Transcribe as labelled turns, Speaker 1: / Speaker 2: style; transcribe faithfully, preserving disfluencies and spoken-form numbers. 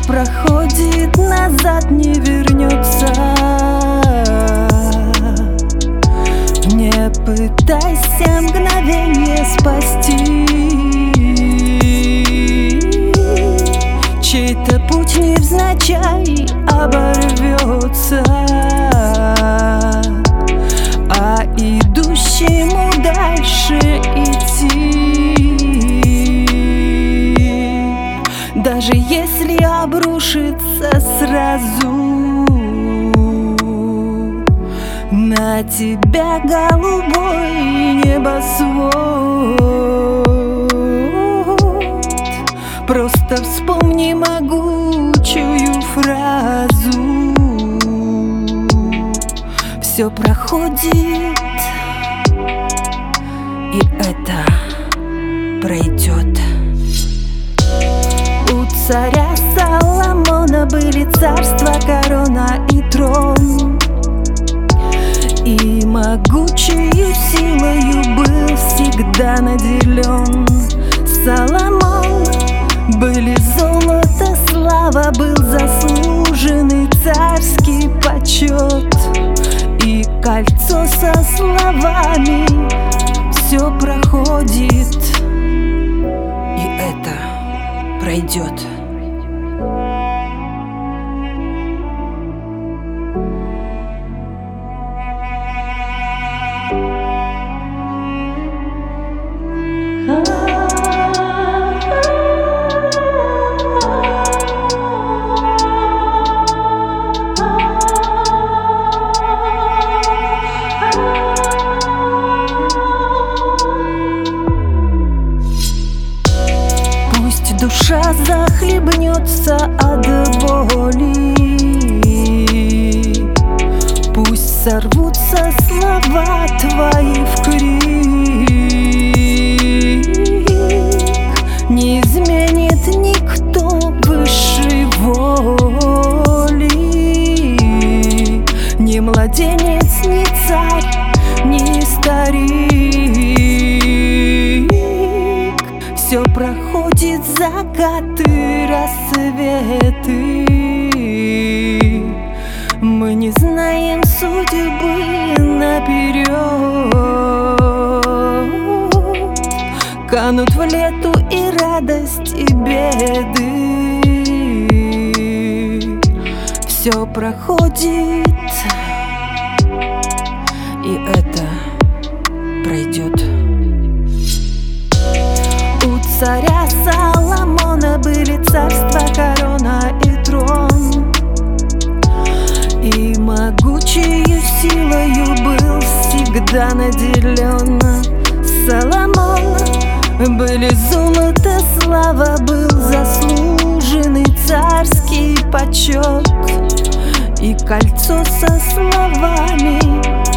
Speaker 1: проходит, назад не вернется. Не пытайся мгновение спасти. Чей-то путь невзначай оборвется, а идущему дальше идти. Даже если обрушится сразу на тебя голубой небосвод, просто вспомни могучую фразу: все проходит, и это пройдет. У царя Соломона были царство, корона и трон, и могучею силою был всегда наделен. Соломон были золото, слава, был заслуженный царский почет и кольцо со словами: все проходит, и это пройдет. Душа захлебнется от боли, пусть сорвутся слова твои в крик. Не изменит никто высшей воли, ни младенец, ни царь, ни старик. Все проходит, закаты, рассветы. Мы не знаем судьбы наперед, канут в лету и радость, и беды. Все проходит, и это пройдет. У царя Соломона были царство, корона и трон, и могучею силою был всегда наделен. Соломон были золото, слава, был заслуженный царский почет и кольцо со словами: